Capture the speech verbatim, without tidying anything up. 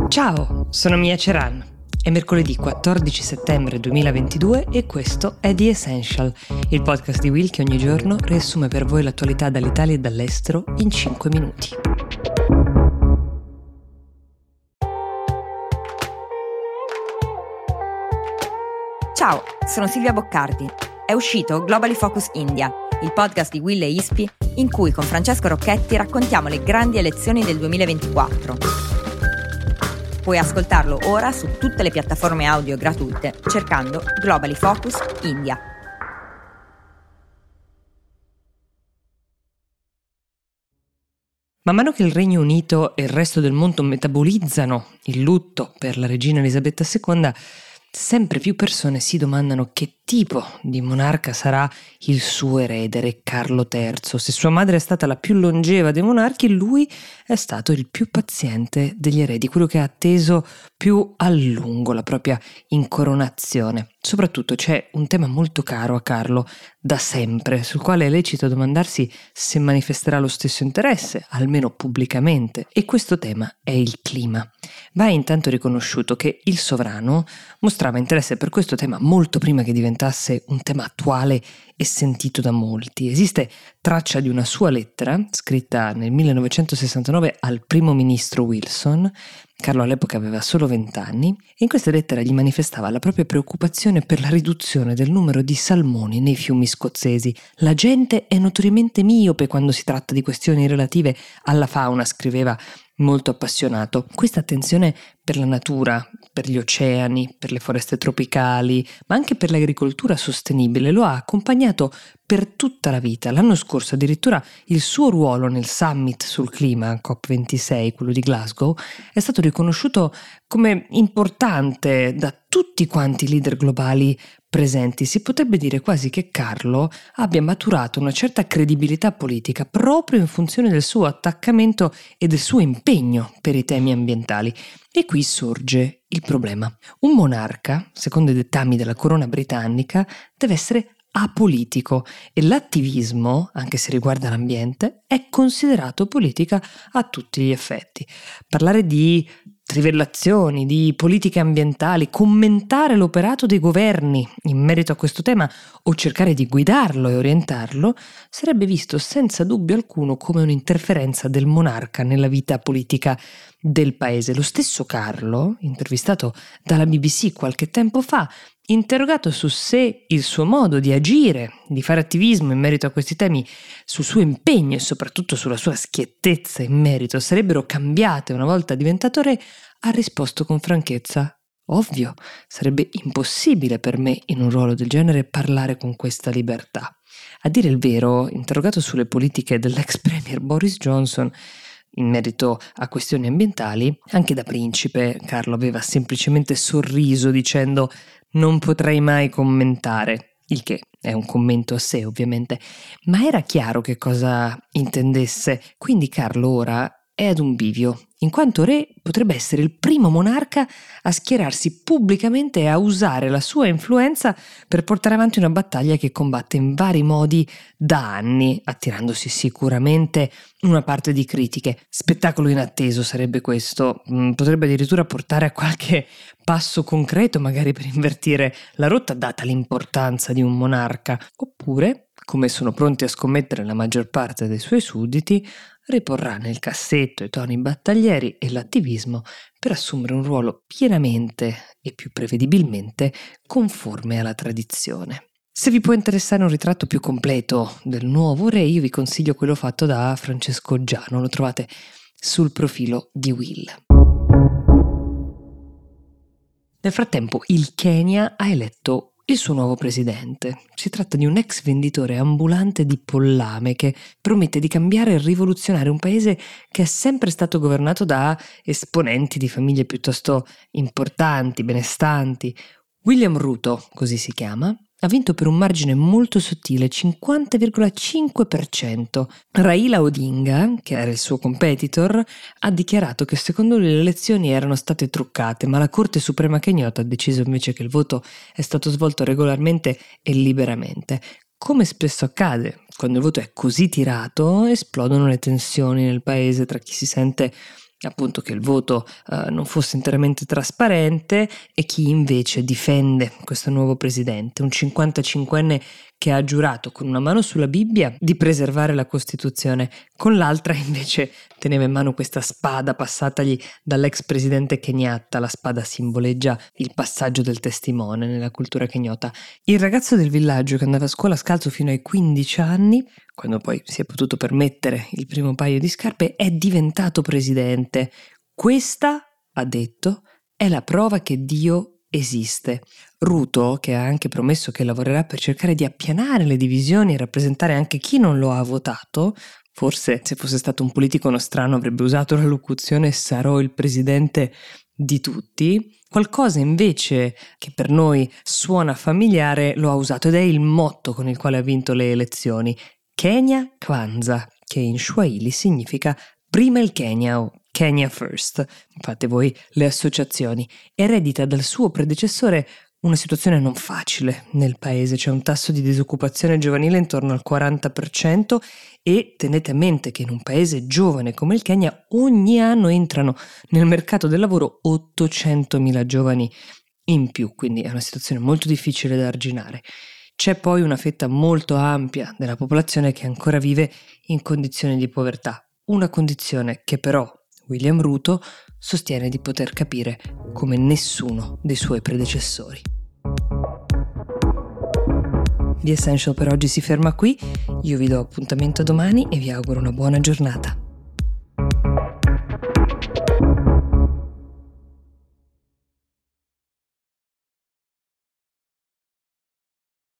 Ciao, sono Mia Ceran. È mercoledì quattordici settembre duemilaventidue e questo è The Essential, il podcast di Will che ogni giorno riassume per voi l'attualità dall'Italia e dall'estero in cinque minuti. Ciao, sono Silvia Boccardi. È uscito Globally Focus India, il podcast di Will e Ispi in cui con Francesco Rocchetti raccontiamo le grandi elezioni del duemilaventiquattro. Puoi ascoltarlo ora su tutte le piattaforme audio gratuite cercando Globally Focus India. Man mano che il Regno Unito e il resto del mondo metabolizzano il lutto per la regina Elisabetta seconda, sempre più persone si domandano che tipo di monarca sarà il suo erede, Re Carlo terzo. Se sua madre è stata la più longeva dei monarchi, lui è stato il più paziente degli eredi, quello che ha atteso più a lungo la propria incoronazione. Soprattutto c'è un tema molto caro a Carlo da sempre, sul quale è lecito domandarsi se manifesterà lo stesso interesse, almeno pubblicamente, e questo tema è il clima. Va intanto riconosciuto che il sovrano mostrava interesse per questo tema molto prima che diventasse un tema attuale e sentito da molti. Esiste traccia di una sua lettera, scritta nel millenovecentosessantanove al primo ministro Wilson. Carlo all'epoca aveva solo venti anni e in questa lettera gli manifestava la propria preoccupazione per la riduzione del numero di salmoni nei fiumi scozzesi. La gente è notoriamente miope quando si tratta di questioni relative alla fauna, scriveva molto appassionato. Questa attenzione per la natura, per gli oceani, per le foreste tropicali, ma anche per l'agricoltura sostenibile lo ha accompagnato per tutta la vita. L'anno scorso addirittura il suo ruolo nel summit sul clima, COP ventisei, quello di Glasgow, è stato riconosciuto come importante da tutti quanti i leader globali presenti. Si potrebbe dire quasi che Carlo abbia maturato una certa credibilità politica proprio in funzione del suo attaccamento e del suo impegno per i temi ambientali. E qui sorge il problema. Un monarca, secondo i dettami della corona britannica, deve essere apolitico e l'attivismo, anche se riguarda l'ambiente, è considerato politica a tutti gli effetti. Parlare di trivellazioni, di politiche ambientali, commentare l'operato dei governi in merito a questo tema o cercare di guidarlo e orientarlo sarebbe visto senza dubbio alcuno come un'interferenza del monarca nella vita politica del paese. Lo stesso Carlo, intervistato dalla B B C qualche tempo fa, interrogato su se il suo modo di agire, di fare attivismo in merito a questi temi, sul suo impegno e soprattutto sulla sua schiettezza in merito sarebbero cambiate una volta diventato re, ha risposto con franchezza: ovvio, sarebbe impossibile per me in un ruolo del genere parlare con questa libertà. A dire il vero, interrogato sulle politiche dell'ex premier Boris Johnson in merito a questioni ambientali, anche da principe Carlo aveva semplicemente sorriso dicendo: non potrei mai commentare, il che è un commento a sé ovviamente, ma era chiaro che cosa intendesse, quindi Carlo ora è ad un bivio. In quanto re potrebbe essere il primo monarca a schierarsi pubblicamente e a usare la sua influenza per portare avanti una battaglia che combatte in vari modi da anni, attirandosi sicuramente una parte di critiche. Spettacolo inatteso sarebbe questo, potrebbe addirittura portare a qualche passo concreto, magari per invertire la rotta data l'importanza di un monarca, oppure, come sono pronti a scommettere la maggior parte dei suoi sudditi, riporrà nel cassetto i toni battaglieri e l'attivismo per assumere un ruolo pienamente e più prevedibilmente conforme alla tradizione. Se vi può interessare un ritratto più completo del nuovo re, io vi consiglio quello fatto da Francesco Giano, lo trovate sul profilo di Will. Nel frattempo il Kenya ha eletto il suo nuovo presidente. Si tratta di un ex venditore ambulante di pollame che promette di cambiare e rivoluzionare un paese che è sempre stato governato da esponenti di famiglie piuttosto importanti, benestanti. William Ruto, così si chiama, ha vinto per un margine molto sottile, cinquanta virgola cinque per cento. Raila Odinga, che era il suo competitor, ha dichiarato che secondo lui le elezioni erano state truccate, ma la Corte Suprema kenyota ha deciso invece che il voto è stato svolto regolarmente e liberamente. Come spesso accade, quando il voto è così tirato, esplodono le tensioni nel paese tra chi si sente appunto che il voto uh, non fosse interamente trasparente, e chi invece difende questo nuovo presidente, un cinquantacinquenne che ha giurato con una mano sulla Bibbia di preservare la Costituzione, con l'altra invece teneva in mano questa spada passatagli dall'ex presidente Kenyatta. La spada simboleggia il passaggio del testimone nella cultura kenyota. Il ragazzo del villaggio che andava a scuola scalzo fino ai quindici anni, quando poi si è potuto permettere il primo paio di scarpe, è diventato presidente. Questa, ha detto, è la prova che Dio esiste. Ruto, che ha anche promesso che lavorerà per cercare di appianare le divisioni e rappresentare anche chi non lo ha votato, forse se fosse stato un politico nostrano avrebbe usato la locuzione "sarò il presidente di tutti", qualcosa invece che per noi suona familiare lo ha usato ed è il motto con il quale ha vinto le elezioni: Kenya Kwanza, che in Swahili significa prima il Kenya o Kenya First. Fate voi le associazioni. Eredita dal suo predecessore una situazione non facile nel paese. C'è un tasso di disoccupazione giovanile intorno al quaranta per cento e tenete a mente che in un paese giovane come il Kenya ogni anno entrano nel mercato del lavoro ottocentomila giovani in più, quindi è una situazione molto difficile da arginare. C'è poi una fetta molto ampia della popolazione che ancora vive in condizioni di povertà, una condizione che però William Ruto sostiene di poter capire come nessuno dei suoi predecessori. The Essential per oggi si ferma qui, io vi do appuntamento domani e vi auguro una buona giornata.